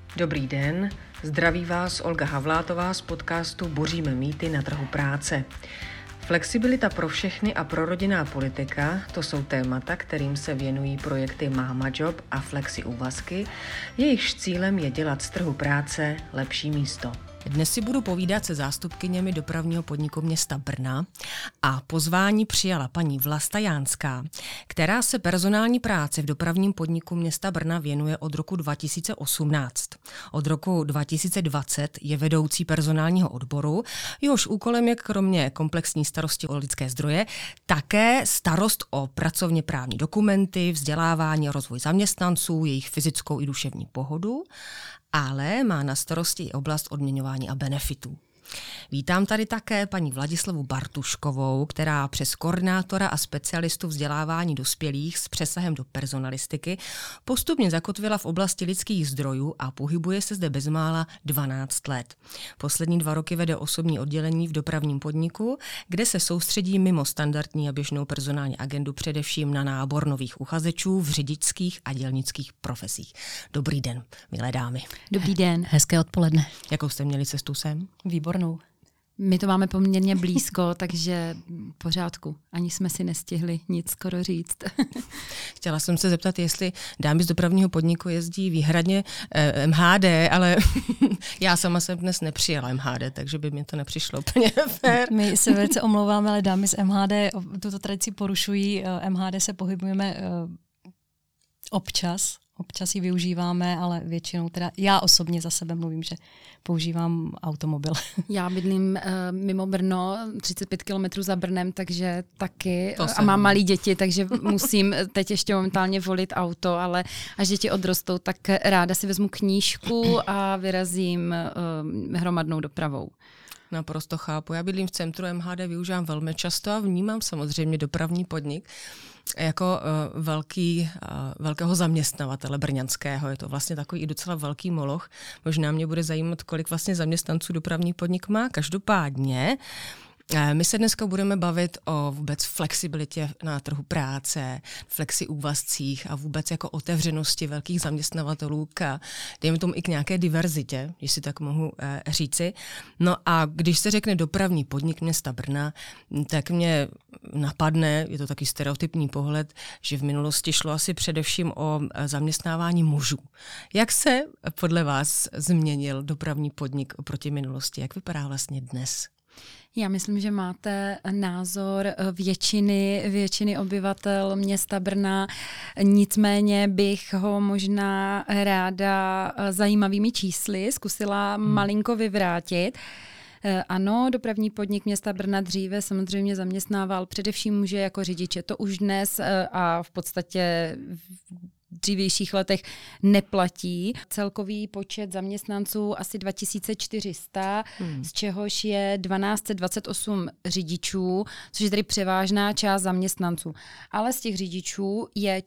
Dobrý den, zdraví vás Olga Havlátová z podcastu Boříme mýty na trhu práce. Flexibilita pro všechny a prorodinná politika, to jsou témata, kterým se věnují projekty Máma Job a Flexi úvazky, jejichž cílem je dělat z trhu práce lepší místo. Dnes si budu povídat se zástupkyněmi dopravního podniku města Brna a pozvání přijala paní Vlasta Jánská, která se personální práci v dopravním podniku města Brna věnuje od roku 2018. Od roku 2020 je vedoucí personálního odboru, jehož úkolem je kromě komplexní starosti o lidské zdroje také starost o pracovně právní dokumenty, vzdělávání a rozvoj zaměstnanců, jejich fyzickou i duševní pohodu, ale má na starosti i oblast odměňování a benefitů. Vítám tady také paní Vladislavu Bartuškovou, která přes koordinátora a specialistu vzdělávání dospělých s přesahem do personalistiky postupně zakotvila v oblasti lidských zdrojů a pohybuje se zde bezmála 12 let. Poslední 2 roky vede osobní oddělení v dopravním podniku, kde se soustředí mimo standardní a běžnou personální agendu především na nábor nových uchazečů v řidičských a dělnických profesích. Dobrý den, milé dámy. Dobrý den. Hezké odpoledne. Jakou jste měli cestu sem? Výbornou. My to máme poměrně blízko, takže v pořádku. Ani jsme si nestihli nic skoro říct. Chtěla jsem se zeptat, jestli dámy z dopravního podniku jezdí výhradně MHD, ale já sama jsem dnes nepřijela MHD, takže by mi to nepřišlo úplně fér. My se velice omlouváme, ale dámy z MHD tuto tradici porušují. MHD se pohybujeme občas ji využíváme, ale většinou teda já osobně za sebe mluvím, že používám automobil. Já bydlím mimo Brno, 35 kilometrů za Brnem, takže taky a mám malé děti, takže musím teď ještě momentálně volit auto, ale až děti odrostou, tak ráda si vezmu knížku a vyrazím hromadnou dopravou. Naprosto chápu. Já bydlím v centru, MHD využívám velmi často a vnímám samozřejmě dopravní podnik jako velkého zaměstnavatele brňanského. Je to vlastně takový i docela velký moloch. Možná mě bude zajímat, kolik vlastně zaměstnanců dopravní podnik má. Každopádně my se dneska budeme bavit o vůbec flexibilitě na trhu práce, flexi úvazcích a vůbec jako otevřenosti velkých zaměstnavatelů dejme tomu i k nějaké diverzitě, když si tak mohu říci. No a když se řekne dopravní podnik města Brna, tak mě napadne, je to taky stereotypní pohled, že v minulosti šlo asi především o zaměstnávání mužů. Jak se podle vás změnil dopravní podnik oproti minulosti? Jak vypadá vlastně dnes? Já myslím, že máte názor většiny obyvatel města Brna, nicméně bych ho možná ráda zajímavými čísly zkusila malinko vyvrátit. Ano, dopravní podnik města Brna dříve samozřejmě zaměstnával především muže jako řidiče. To už dnes a v podstatě v dřívějších letech neplatí. Celkový počet zaměstnanců asi 2400, z čehož je 1228 řidičů, což je tedy převážná část zaměstnanců. Ale z těch řidičů je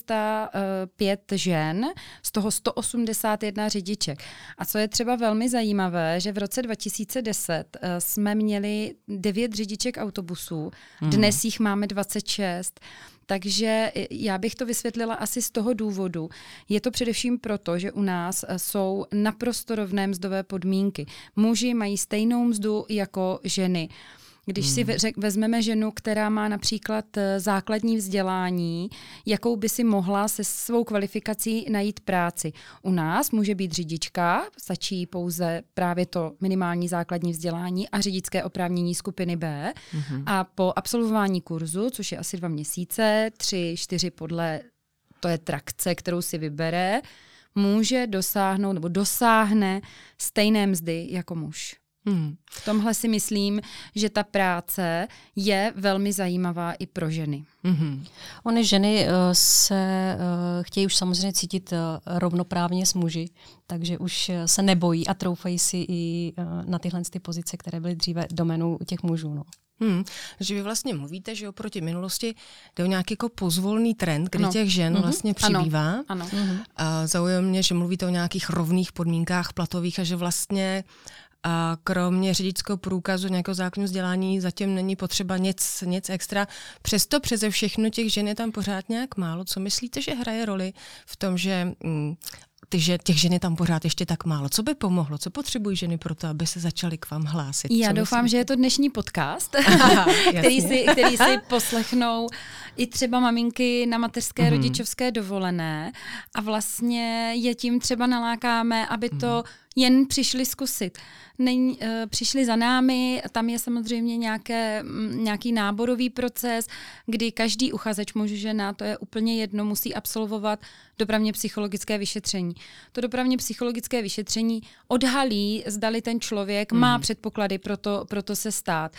405 žen, z toho 181 řidiček. A co je třeba velmi zajímavé, že v roce 2010 jsme měli 9 řidiček autobusů, dnes jich máme 26. Takže já bych to vysvětlila asi z toho důvodu. Je to především proto, že u nás jsou naprosto rovné mzdové podmínky. Muži mají stejnou mzdu jako ženy. Když si vezmeme ženu, která má například základní vzdělání, jakou by si mohla se svou kvalifikací najít práci. U nás může být řidička, stačí pouze právě to minimální základní vzdělání a řidičské oprávnění skupiny B. A po absolvování kurzu, což je asi 2 měsíce, 3, 4 podle, to je trakce, kterou si vybere, může dosáhnout nebo dosáhne stejné mzdy jako muž. V tomhle si myslím, že ta práce je velmi zajímavá i pro ženy. Ony ženy se chtějí už samozřejmě cítit rovnoprávně s muži, takže už se nebojí a troufají si i na tyhle pozice, které byly dříve doménou těch mužů. No. Že vy vlastně mluvíte, že oproti minulosti jde o nějaký jako pozvolný trend, kdy těch žen vlastně přibývá. Ano. A zaujalo mě, že mluvíte o nějakých rovných podmínkách platových a že vlastně a kromě řidičského průkazu nějakého základního vzdělání zatím není potřeba nic extra. Přesto přeze všechno těch žen je tam pořád nějak málo. Co myslíte, že hraje roli v tom, že těch žen je tam pořád ještě tak málo. Co by pomohlo? Co potřebují ženy pro to, aby se začaly k vám hlásit? Já doufám, že je to dnešní podcast, který si poslechnou i třeba maminky na mateřské rodičovské dovolené a vlastně je tím třeba nalákáme, aby to jen přišli zkusit. Přišli za námi, tam je samozřejmě nějaký náborový proces, kdy každý uchazeč, muž, žena, to je úplně jedno, musí absolvovat dopravně psychologické vyšetření. To dopravně psychologické vyšetření odhalí, zdali ten člověk má předpoklady pro to se stát.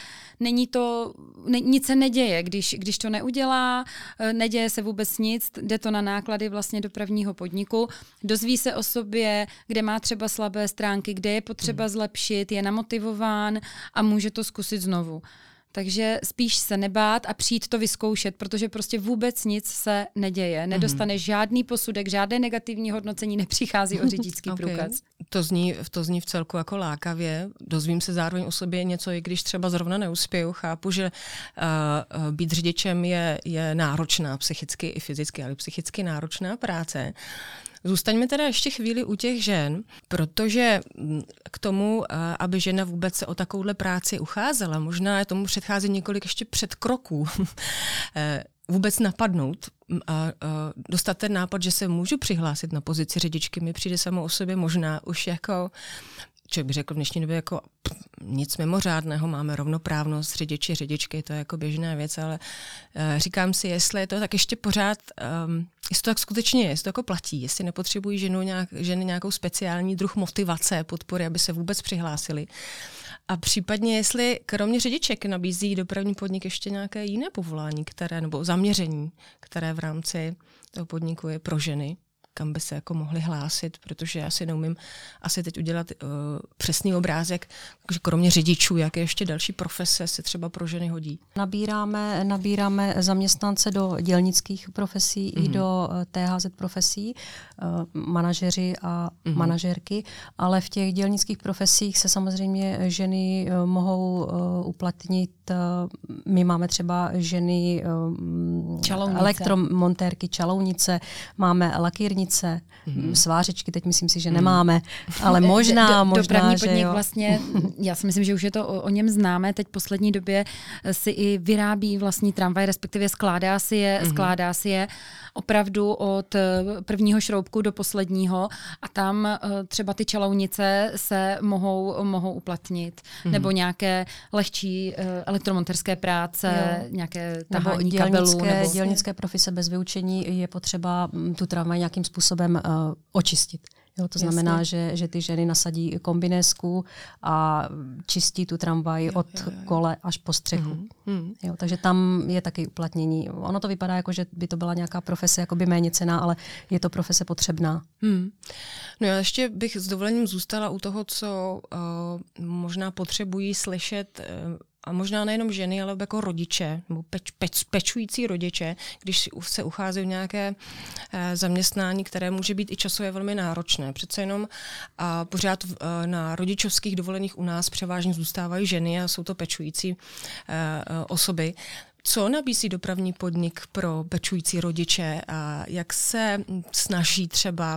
Nic se neděje, když to neudělá, neděje se vůbec nic, jde to na náklady vlastně dopravního podniku, dozví se o sobě, kde má třeba slabé stránky, kde je potřeba zlepšit, je namotivován a může to zkusit znovu. Takže spíš se nebát a přijít to vyzkoušet, protože prostě vůbec nic se neděje. Nedostaneš žádný posudek, žádné negativní hodnocení, nepřichází o řidičský průkaz. To zní v celku jako lákavě. Dozvím se zároveň o sobě něco, i když třeba zrovna neuspěju. Chápu, že být řidičem je náročná psychicky i fyzicky, ale psychicky náročná práce. Zůstaňme teda ještě chvíli u těch žen, protože k tomu, aby žena vůbec se o takovouhle práci ucházela, možná tomu předchází několik ještě předkroků, vůbec napadnout a dostat ten nápad, že se můžu přihlásit na pozici řidičky, mi přijde samo o sobě možná už jako, člověk by řekl v dnešní době jako nic mimořádného, máme rovnoprávnost, řidiči, řidičky, to je jako běžná věc, ale říkám si, jestli je to tak ještě pořád, jestli to tak skutečně je, jestli to jako platí, jestli nepotřebují ženy nějakou speciální druh motivace, podpory, aby se vůbec přihlásili. A případně, jestli kromě řidiček nabízí dopravní podnik ještě nějaké jiné povolání, nebo zaměření, které v rámci toho podniku je pro ženy, kam by se jako mohli hlásit, protože já si neumím asi teď udělat přesný obrázek, že kromě řidičů, jaké ještě další profese se třeba pro ženy hodí. Nabíráme zaměstnance do dělnických profesí i do THZ profesí, manažeři a manažerky, ale v těch dělnických profesích se samozřejmě ženy mohou uplatnit. My máme třeba ženy elektromontérky, čalounice, máme lakírnice, svářečky, teď myslím si, že nemáme, ale možná, dopravní že podnik jo. Vlastně, já si myslím, že už je to o něm známe, teď v poslední době si i vyrábí vlastní tramvaj, respektive skládá si je opravdu od prvního šroubku do posledního a tam třeba ty čalounice se mohou uplatnit, nebo nějaké lehčí elektromonterské práce, nějaké tahání kabelů. Dělnické profese bez vyučení je potřeba tu tramvaj nějakým způsobem očistit. Jo, to znamená, že ty ženy nasadí kombinésku a čistí tu tramvaj od kole až po střechu. Jo, takže tam je taky uplatnění. Ono to vypadá jako, že by to byla nějaká profese jakoby méně cenná, ale je to profese potřebná. No já ještě bych s dovolením zůstala u toho, co možná potřebují slyšet a možná nejenom ženy, ale jako rodiče, nebo pečující rodiče, když se ucházejí nějaké zaměstnání, které může být i časově velmi náročné. Přece jenom pořád na rodičovských dovolených u nás převážně zůstávají ženy a jsou to pečující osoby. Co nabízí dopravní podnik pro pečující rodiče a jak se snaží třeba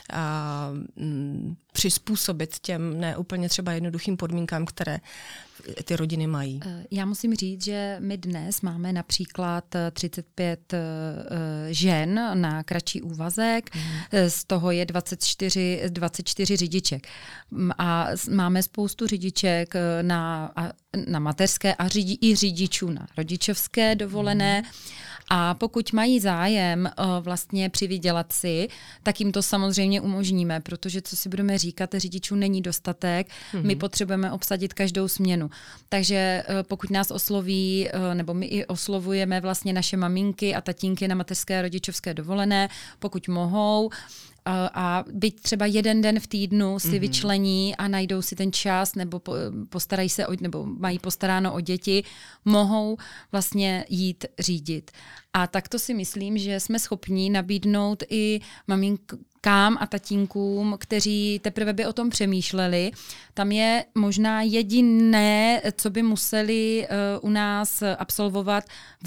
přizpůsobit těm neúplně třeba jednoduchým podmínkám, které ty rodiny mají? Já musím říct, že my dnes máme například 35 žen na kratší úvazek, z toho je 24 řidiček. A máme spoustu řidiček na mateřské a i řidičů na rodičovské dovolené. A pokud mají zájem vlastně přivydělat si, tak jim to samozřejmě umožníme, protože co si budeme říkat, řidičů není dostatek, my potřebujeme obsadit každou směnu. Takže pokud nás osloví, nebo my i oslovujeme vlastně naše maminky a tatínky na mateřské a rodičovské dovolené, pokud mohou, a byť třeba jeden den v týdnu si vyčlení a najdou si ten čas nebo postarají se nebo mají postaráno o děti, mohou vlastně jít řídit. A takto si myslím, že jsme schopni nabídnout i matkám a tatínkům, kteří teprve by o tom přemýšleli. Tam je možná jediné, co by museli u nás absolvovat v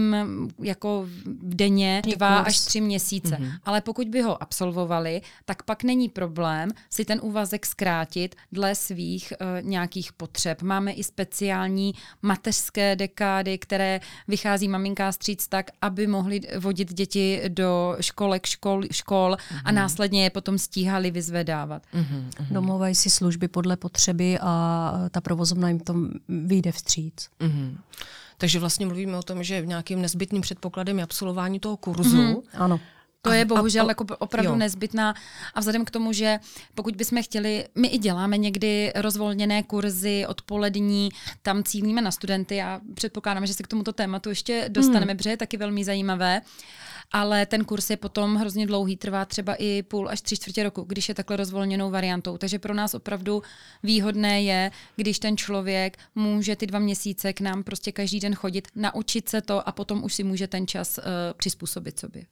denně 2 až 3 měsíce. Ale pokud by ho absolvovali, tak pak není problém si ten úvazek zkrátit dle svých nějakých potřeb. Máme i speciální mateřské dekády, které vychází maminka vstříc tak, aby mohli vodit děti do škol a následně je potom stíhali vyzvedávat. Domlouvají si služby podle potřeby a ta provozovna jim to vyjde vstříc. Takže vlastně mluvíme o tom, že nějakým nezbytným předpokladem je absolvování toho kurzu. Ano. To je bohužel jako opravdu nezbytná a vzhledem k tomu, že pokud bychom chtěli, my i děláme někdy rozvolněné kurzy odpolední, tam cílíme na studenty a předpokládám, že se k tomuto tématu ještě dostaneme, protože je taky velmi zajímavé. Ale ten kurz je potom hrozně dlouhý, trvá třeba i 0,5 až 3/4 roku, když je takhle rozvolněnou variantou. Takže pro nás opravdu výhodné je, když ten člověk může ty 2 měsíce k nám prostě každý den chodit, naučit se to a potom už si může ten čas přizpůsobit sobě.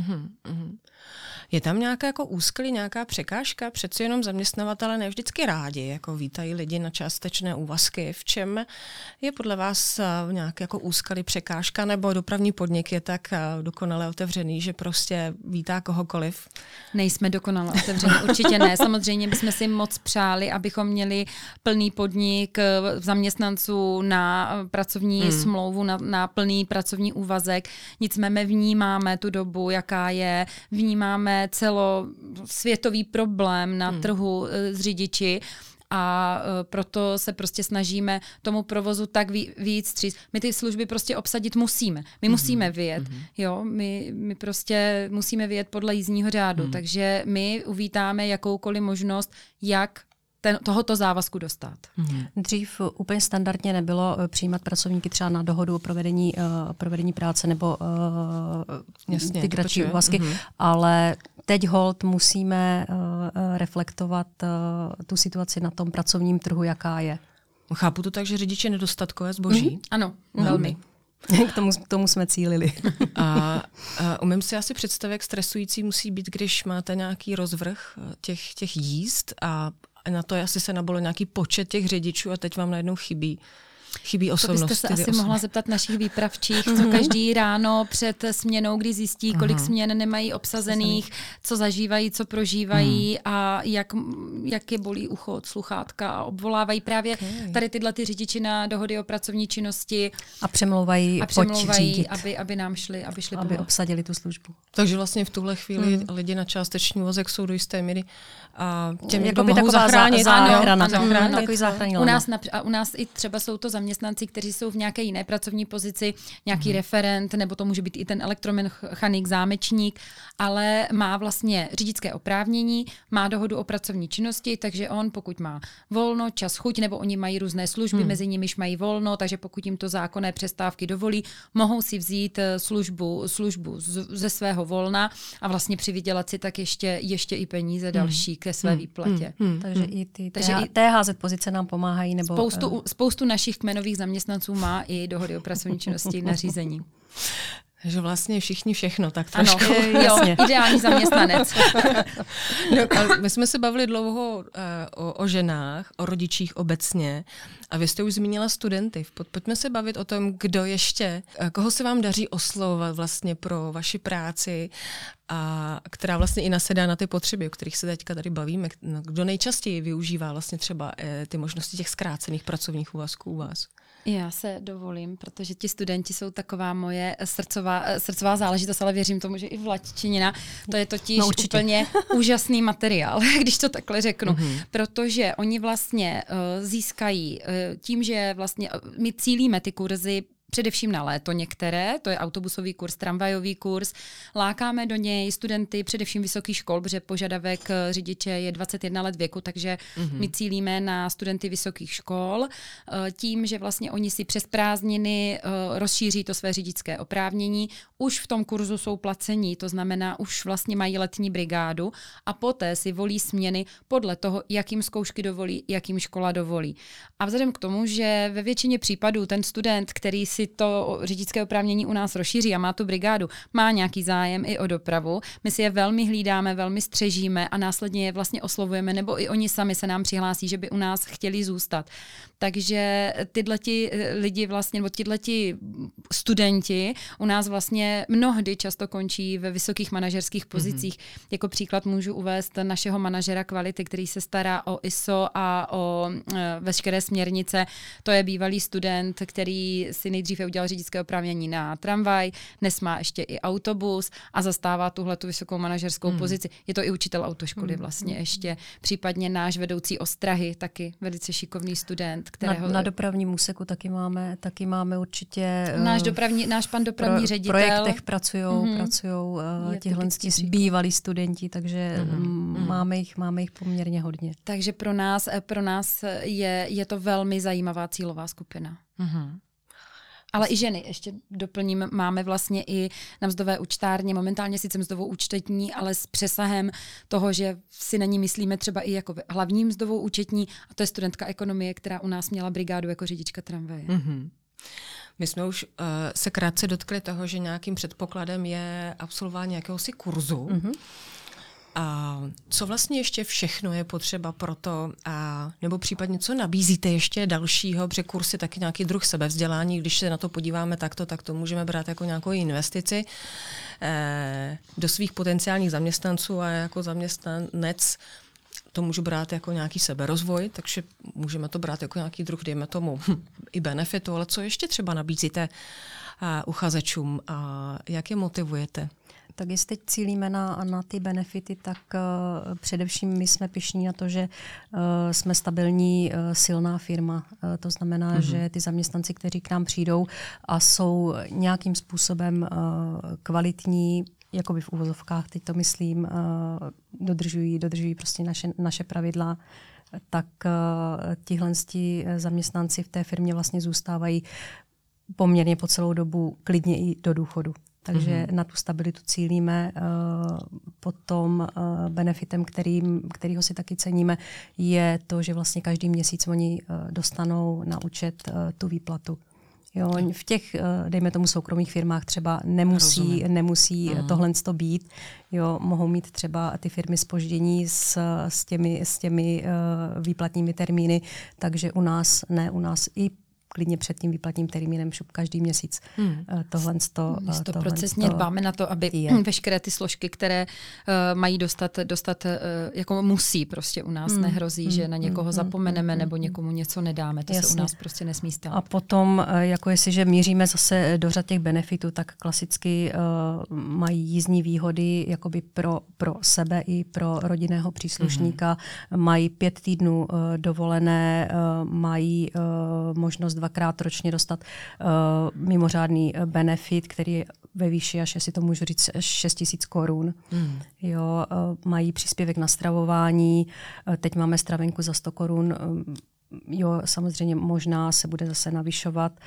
Je tam nějaká jako úskalí, nějaká překážka? Přeci jenom zaměstnavatele ne vždycky rádi, jako vítají lidi na částečné úvazky. V čem je podle vás nějaká jako úskalí, překážka, nebo dopravní podnik je tak dokonale otevřený, že prostě vítá kohokoliv? Nejsme dokonale otevření, určitě ne. Samozřejmě bychom si moc přáli, abychom měli plný podnik zaměstnanců na pracovní smlouvu, na plný pracovní úvazek. Nicméně vnímáme tu dobu, jaká je, vnímáme celosvětový problém na trhu s řidiči a proto se prostě snažíme tomu provozu tak víc vstříc. My ty služby prostě obsadit musíme. My musíme vyjet. Jo? My prostě musíme vyjet podle jízdního řádu. Takže my uvítáme jakoukoliv možnost, jak tohoto závazku dostat. Dřív úplně standardně nebylo přijímat pracovníky třeba na dohodu o provedení práce nebo ty kratší úvazky, ale teď holt musíme reflektovat tu situaci na tom pracovním trhu, jaká je. Chápu to tak, že řidič je nedostatkové zboží? Ano, velmi. K tomu jsme cílili. A umím si asi představit, jak stresující musí být, když máte nějaký rozvrh těch jízd a na to asi se nabolo nějaký počet těch řidičů a teď vám najednou chybí osobnost. To byste se asi mohla zeptat našich výpravčích, co každý ráno před směnou, kdy zjistí, kolik směn nemají obsazených, co zažívají, co prožívají a jak je bolí ucho od sluchátka a obvolávají právě tady tyhle ty řidiči na dohody o pracovní činnosti. A přemlouvají aby nám šli, aby obsadili tu službu. Takže vlastně v tuhle chvíli lidi na částečný úvazek jsou do jisté míry a těm jako mohou taková zachránit. Takový záchranný u nás i třeba jsou to zaměstnanci, kteří jsou v nějaké jiné pracovní pozici, nějaký referent, nebo to může být i ten elektromechanik, zámečník, ale má vlastně řidičské oprávnění, má dohodu o pracovní činnosti, takže on, pokud má volno, čas, chuť, nebo oni mají různé služby, mezi nimiž mají volno, takže pokud jim to zákonné přestávky dovolí, mohou si vzít službu ze svého volna a vlastně přivydělat si tak ještě i peníze další ke své výplatě. Takže i ty THZ pozice nám pomáhají. Nebo Spoustu našich kmenových zaměstnanců má i dohody o pracovní činnosti nařízení. Takže vlastně všichni všechno, tak trošku. Ano, jo, ideální zaměstnanec. My jsme se bavili dlouho o ženách, o rodičích obecně a vy jste už zmínila studenty. Pojďme se bavit o tom, kdo ještě, koho se vám daří oslovovat vlastně pro vaši práci a která vlastně i nasedá na ty potřeby, o kterých se teďka tady bavíme. Kdo nejčastěji využívá vlastně třeba ty možnosti těch zkrácených pracovních úvazků u vás? Já se dovolím, protože ti studenti jsou taková moje srdcová záležitost, ale věřím tomu, že i Vlaďčinina. To je totiž úplně úžasný materiál, když to takhle řeknu. Protože oni vlastně získají tím, že vlastně my cílíme ty kurzy především na léto některé, to je autobusový kurz, tramvajový kurz. Lákáme do něj studenty především vysokých škol, protože požadavek řidiče je 21 let věku, takže my cílíme na studenty vysokých škol tím, že vlastně oni si přes prázdniny rozšíří to své řidičské oprávnění. Už v tom kurzu jsou placení, to znamená, už vlastně mají letní brigádu a poté si volí směny podle toho, jakým zkoušky dovolí, jakým škola dovolí. A vzhledem k tomu, že ve většině případů ten student, který si si to řidičské oprávnění u nás rozšíří a má tu brigádu, má nějaký zájem i o dopravu, my si je velmi hlídáme, velmi střežíme a následně je vlastně oslovujeme, nebo i oni sami se nám přihlásí, že by u nás chtěli zůstat. Takže tyhleti lidi vlastně, nebo tyhleti studenti u nás vlastně mnohdy často končí ve vysokých manažerských pozicích. Jako příklad můžu uvést našeho manažera kvality, který se stará o ISO a o veškeré směrnice. To je bývalý student, který si nejdříve udělal řidičské oprávnění na tramvaj, dnes má ještě i autobus a zastává tuhletu vysokou manažerskou pozici. Je to i učitel autoškoly vlastně ještě. Případně náš vedoucí ostrahy, taky velice šikovný student, kterého... Na dopravním úseku taky máme určitě... Náš pan dopravní ředitel. V projektech pracujou tihle bývalí studenti, takže máme jich poměrně hodně. Takže pro nás je to velmi zajímavá cílová skupina. Ale i ženy, ještě doplním, máme vlastně i na mzdové účtárně, momentálně sice mzdovou účtetní, ale s přesahem toho, že si na ní myslíme třeba i jako hlavní mzdovou účetní, a to je studentka ekonomie, která u nás měla brigádu jako řidička tramvaje. My jsme už se krátce dotkli toho, že nějakým předpokladem je absolvování jakéhosi kurzu. A co vlastně ještě všechno je potřeba pro to, nebo případně co nabízíte ještě dalšího, protože kurz je taky nějaký druh sebevzdělání, když se na to podíváme takto, tak to můžeme brát jako nějakou investici do svých potenciálních zaměstnanců a jako zaměstnanec to můžu brát jako nějaký seberozvoj, takže můžeme to brát jako nějaký druh, dejme tomu, i benefitu, ale co ještě třeba nabízíte uchazečům a jak je motivujete? Tak jestli teď cílíme na ty benefity, tak především my jsme pyšní na to, že jsme stabilní, silná firma. To znamená, že ty zaměstnanci, kteří k nám přijdou a jsou nějakým způsobem kvalitní, jakoby v uvozovkách, teď to myslím, dodržují prostě naše pravidla, tak tihle zaměstnanci v té firmě vlastně zůstávají poměrně po celou dobu, klidně i do důchodu. Takže na tu stabilitu cílíme. Potom benefitem, kterýho si taky ceníme, je to, že vlastně každý měsíc oni dostanou na účet tu výplatu. Jo, v těch, dejme tomu, soukromých firmách třeba nemusí tohle být. Jo, mohou mít třeba ty firmy zpoždění s těmi výplatními termíny, takže u nás i klidně před tím výplatním termínem šup každý měsíc. Tohle 100% dbáme na to, aby veškeré ty složky, které mají dostat jako musí, prostě u nás nehrozí, že na někoho zapomeneme nebo někomu něco nedáme. To se u nás prostě nesmí stát. A potom, jako jestliže míříme zase do řad těch benefitů, tak klasicky mají jízdní výhody jakoby pro sebe i pro rodinného příslušníka. Mají 5 týdnů dovolené, mají možnost 2krát ročně dostat mimořádný benefit, který je ve výši až, jestli to můžu říct, 6 000 korun. Jo, mají příspěvek na stravování, teď máme stravenku za 100 korun, jo, samozřejmě možná se bude zase navyšovat.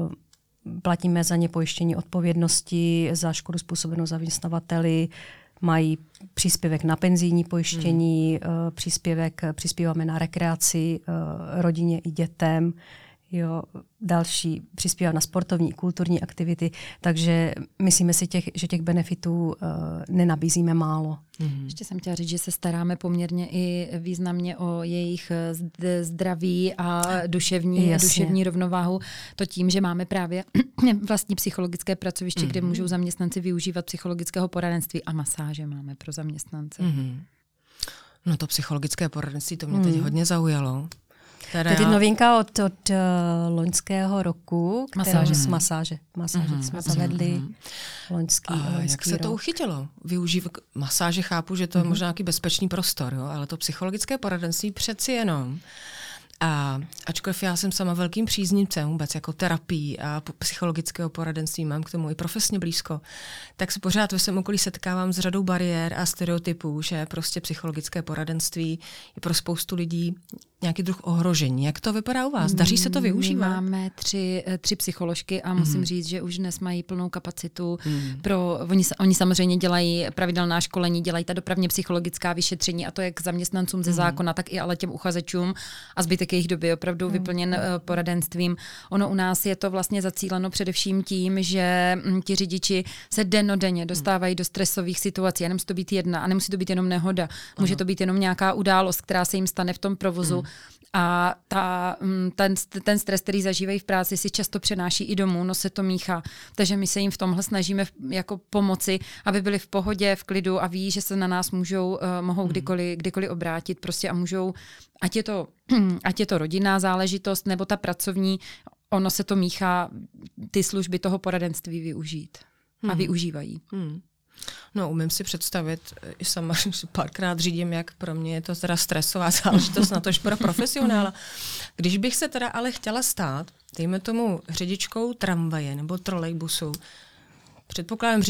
Platíme za ně pojištění odpovědnosti za škodu způsobenou zaměstnavateli, mají příspěvek na penzijní pojištění, přispíváme na rekreaci rodině i dětem. Jo, další přispívá na sportovní, kulturní aktivity, takže myslíme si, že těch benefitů nenabízíme málo. Ještě jsem chtěla říct, že se staráme poměrně i významně o jejich zdraví a duševní rovnováhu. To tím, že máme právě vlastní psychologické pracoviště, kde můžou zaměstnanci využívat psychologického poradenství a masáže máme pro zaměstnance. No to psychologické poradenství, to mě teď hodně zaujalo. Tady novinka od loňského roku, masáže jsme zavedli loňský jak se to uchytilo? Využívat masáže, chápu, že to je možná nějaký bezpečný prostor, jo? Ale to psychologické poradenství přeci jenom. A ačkoliv já jsem sama velkým příznivcem vůbec jako terapii a psychologického poradenství, mám k tomu i profesně blízko, tak se pořád ve svém okolí setkávám s řadou bariér a stereotypů, že prostě psychologické poradenství je pro spoustu lidí nějaký druh ohrožení. Jak to vypadá u vás? Daří se to využívat? My máme tři psycholožky a musím říct, že už dnes mají plnou kapacitu. Oni samozřejmě dělají pravidelná školení, dělají ta dopravně psychologická vyšetření a to jak zaměstnancům ze zákona, tak i ale těm uchazečům a zbytek jejich doby je opravdu vyplněn poradenstvím. Ono u nás je to vlastně zacíleno především tím, že ti řidiči se dennodenně dostávají do stresových situací. A nemusí to být jedna, a nemusí to být jenom nehoda. Může to být jenom nějaká událost, která se jim stane v tom provozu. A ten stres, který zažívají v práci, si často přenáší i domů, no se to míchá. Takže my se jim v tomhle snažíme jako pomoci, aby byli v pohodě, v klidu a ví, že se na nás mohou kdykoliv obrátit prostě a můžou, ať je to rodinná záležitost nebo ta pracovní, ono se to míchá, ty služby toho poradenství využít a využívají. No, umím si představit, i sama párkrát řídím, jak pro mě je to teda stresová záležitost, na tož pro profesionála. Když bych se teda ale chtěla stát, dejme tomu řidičkou tramvaje nebo trolejbusu, předpokládám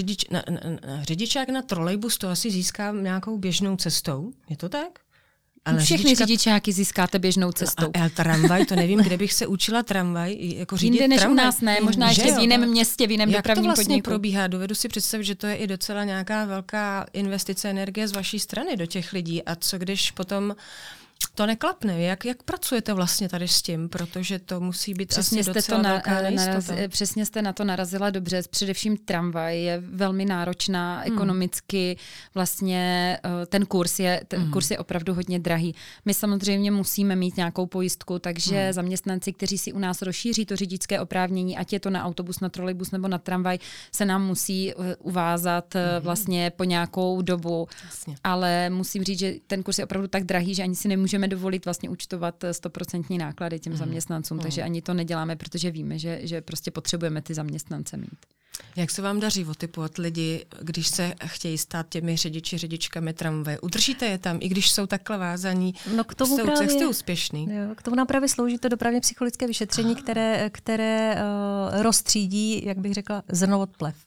řidičák na trolejbus to asi získá nějakou běžnou cestou, je to tak? Ale všechny řidičáky získáte běžnou cestou. A tramvaj, to nevím, kde bych se učila tramvaj, jako řídit jinde než tramvaj. U nás ne, možná ještě v jiném městě, v jiném dopravním podniku. Jak to vlastně probíhá? Dovedu si představit, že to je i docela nějaká velká investice energie z vaší strany do těch lidí. A co když potom to neklapne? Jak pracujete vlastně tady s tím? Protože to musí být přesně asi docela velká nejistota. Přesně jste na to narazila dobře. Především tramvaj je velmi náročná ekonomicky. Vlastně ten kurz je opravdu hodně drahý. My samozřejmě musíme mít nějakou pojistku, takže zaměstnanci, kteří si u nás rozšíří to řidičské oprávnění, ať je to na autobus, na trolejbus nebo na tramvaj, se nám musí uvázat vlastně po nějakou dobu. Jasně. Ale musím říct, že ten kurz je opravdu tak drahý, že ani si nemůžeme dovolit vlastně účtovat 100% náklady těm zaměstnancům, takže ani to neděláme, protože víme, že prostě potřebujeme ty zaměstnance mít. Jak se vám daří otypovat lidi, když se chtějí stát těmi řidičkami tramvaje? Udržíte je tam, i když jsou takhle vázaní? No k tomu jak jste úspěšný? Jo, k tomu nám právě slouží to dopravně psychologické vyšetření, které rozstřídí, jak bych řekla, zrno od plev.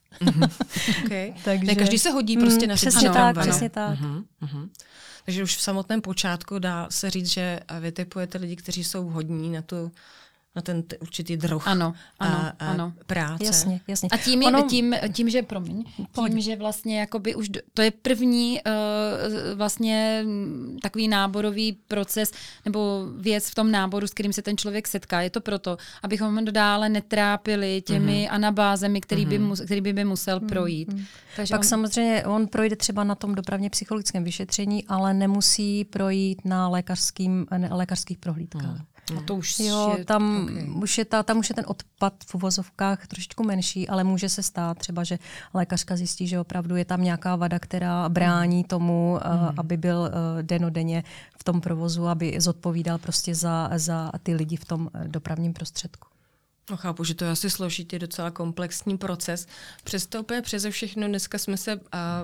Okay. Takže ne, každý se hodí prostě na řidiče tramvaje. Přesně tak. Takže už v samotném počátku dá se říct, že vytipujete lidi, kteří jsou vhodní na ten určitý druh ano. práce. Jasně. A tím, že vlastně jakoby už to je první vlastně takový náborový proces nebo věc v tom náboru, s kterým se ten člověk setká. Je to proto, abychom dále netrápili těmi anabázemi, který by musel projít. Takže pak samozřejmě on projde třeba na tom dopravně psychologickém vyšetření, ale nemusí projít na lékařských prohlídkách. A to už tam už je ten odpad v uvozovkách trošičku menší, ale může se stát třeba, že lékařka zjistí, že opravdu je tam nějaká vada, která brání tomu, aby byl dennodenně v tom provozu, aby zodpovídal prostě za ty lidi v tom dopravním prostředku. No, chápu, že to je asi složitý, docela komplexní proces. Přesto přeze všechno dneska jsme se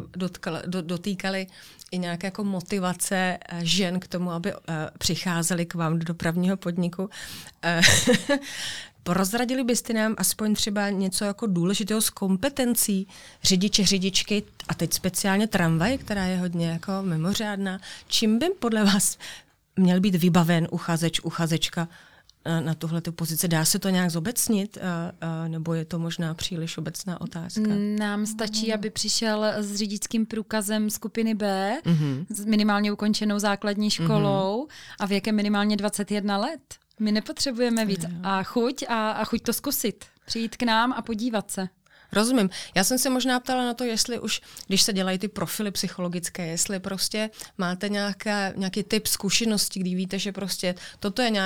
dotýkali i nějaké jako motivace žen k tomu, aby přicházeli k vám do dopravního podniku. Prozradili byste nám aspoň třeba něco jako důležitého z kompetencí řidičky a teď speciálně tramvaj, která je hodně jako mimořádná. Čím by podle vás měl být vybaven uchazečka na tuhletu pozici? Dá se to nějak zobecnit, nebo je to možná příliš obecná otázka? Nám stačí, aby přišel s řidičským průkazem skupiny B, s minimálně ukončenou základní školou a věkem minimálně 21 let. My nepotřebujeme víc. A chuť to zkusit. Přijít k nám a podívat se. Rozumím. Já jsem se možná ptala na to, jestli už, když se dělají ty profily psychologické, jestli prostě máte nějaký typ zkušeností, kdy víte, že prostě toto je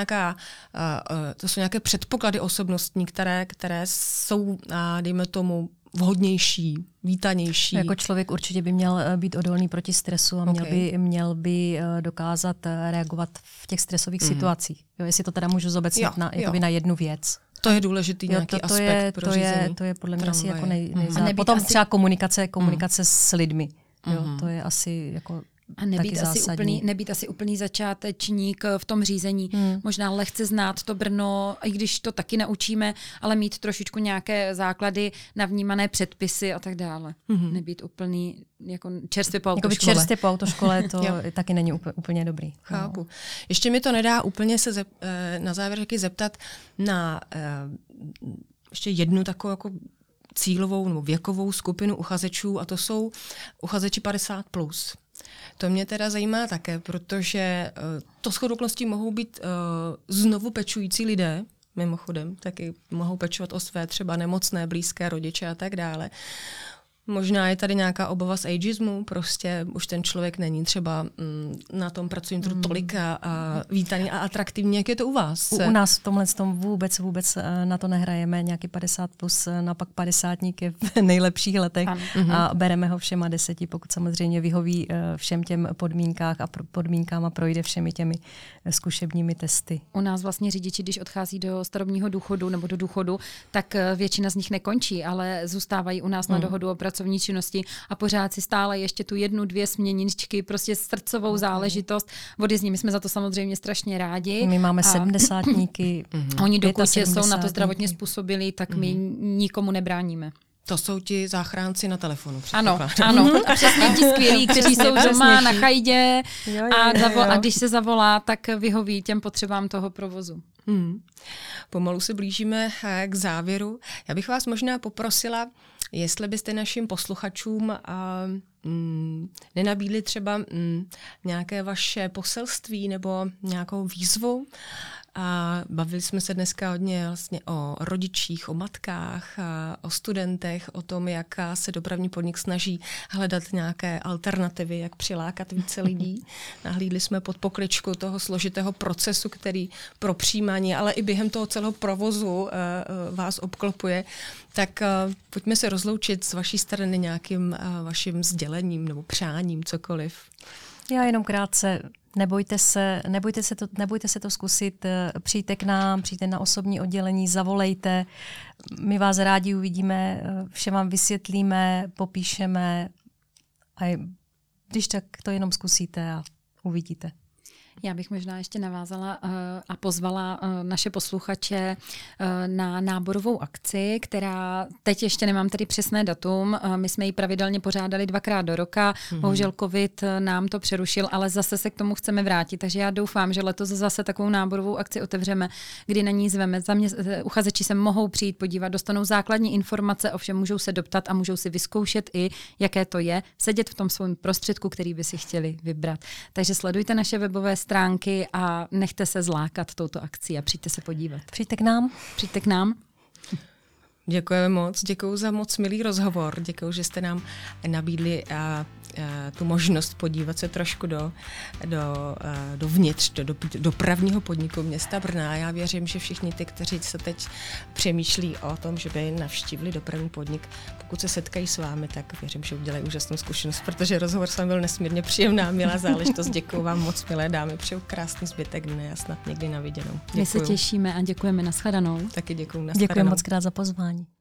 to jsou nějaké předpoklady osobnostní, které jsou, dejme tomu, vhodnější, vítanější. Jako člověk určitě by měl být odolný proti stresu a měl by dokázat reagovat v těch stresových situacích. Jo, jestli to teda můžu zobecnit na jednu věc. To je důležitý nějaký aspekt pro řízení. To je podle mě asi jako nejzáležitý. Potom třeba komunikace s lidmi. Jo, to je asi jako A nebýt asi úplný začátečník v tom řízení. Možná lehce znát to Brno, i když to taky naučíme, ale mít trošičku nějaké základy, navnímané předpisy a tak dále. Nebýt úplný jako čerstvě po autoškole. Čerstvě po autoškole to taky není úplně dobrý. Chápu. Ještě mi to nedá úplně se na závěr taky zeptat na ještě jednu takovou jako cílovou nebo věkovou skupinu uchazečů, a to jsou uchazeči 50+. To mě teda zajímá také, protože to shodou okolností mohou být znovu pečující lidé, mimochodem, taky mohou pečovat o své třeba nemocné, blízké rodiče a tak dále. Možná je tady nějaká obava z ageismu, prostě už ten člověk není třeba na tom pracovním trhu tolik a vítaný a atraktivní. Jak je to u vás? U nás v tomhle vůbec na to nehrajeme. Nějaký 50+, napak 50ník je v nejlepších letech a bereme ho všema 10, pokud samozřejmě vyhoví všem těm podmínkám a projde všemi těmi zkušebními testy. U nás vlastně řidiči, když odchází do starobního důchodu nebo do důchodu, tak většina z nich nekončí, ale zůstávají u nás na dohodu o pracovní činnosti a pořád si stále ještě tu 1-2 směničky, prostě srdcovou záležitost odjezdní. My jsme za to samozřejmě strašně rádi. My máme 70níky. Oni dokud jsou na to zdravotně způsobilí, tak my nikomu nebráníme. To jsou ti záchránci na telefonu. Ano. A přesně ti skvělí, kteří jsou doma na chajdě a když se zavolá, tak vyhoví těm potřebám toho provozu. Pomalu se blížíme k závěru. Já bych vás možná poprosila, jestli byste našim posluchačům nenabídli třeba nějaké vaše poselství nebo nějakou výzvu. A bavili jsme se dneska hodně vlastně o rodičích, o matkách, o studentech, o tom, jak se dopravní podnik snaží hledat nějaké alternativy, jak přilákat více lidí. Nahlídli jsme pod pokličku toho složitého procesu, který pro přijímání, ale i během toho celého provozu vás obklopuje. Tak pojďme se rozloučit z vaší strany nějakým vaším sdělením nebo přáním, cokoliv. Já jenom krátce. Nebojte se to zkusit, přijďte k nám, přijďte na osobní oddělení, zavolejte, my vás rádi uvidíme, vše vám vysvětlíme, popíšeme a když tak to jenom zkusíte a uvidíte. Já bych možná ještě navázala a pozvala naše posluchače na náborovou akci, která teď ještě nemám tedy přesné datum. My jsme ji pravidelně pořádali 2krát do roka. Bohužel covid nám to přerušil, ale zase se k tomu chceme vrátit. Takže já doufám, že letos zase takovou náborovou akci otevřeme, kdy na ní zveme. Uchazeči se mohou přijít podívat, dostanou základní informace, ovšem můžou se doptat a můžou si vyzkoušet i, jaké to je, sedět v tom svém prostředku, který by si chtěli vybrat. Takže sledujte naše webové stránky a nechte se zlákat touto akcí a přijďte se podívat. Přijďte k nám. Děkujeme moc, děkuji za moc milý rozhovor, děkuji, že jste nám nabídli tu možnost podívat se trošku dovnitř, do dopravního podniku města Brna. Já věřím, že všichni ty, kteří se teď přemýšlí o tom, že by navštívili dopravní podnik, pokud se setkají s vámi, tak věřím, že udělají úžasnou zkušenost, protože rozhovor s vámi byl nesmírně příjemná, milá záležitost. Děkuji vám moc, milé dámy, přeju krásný zbytek dne a snad někdy na viděnou. My se těšíme a děkujeme, nashledanou. Taky děkuji, nashledanou. Děkuji moc krát za pozvání.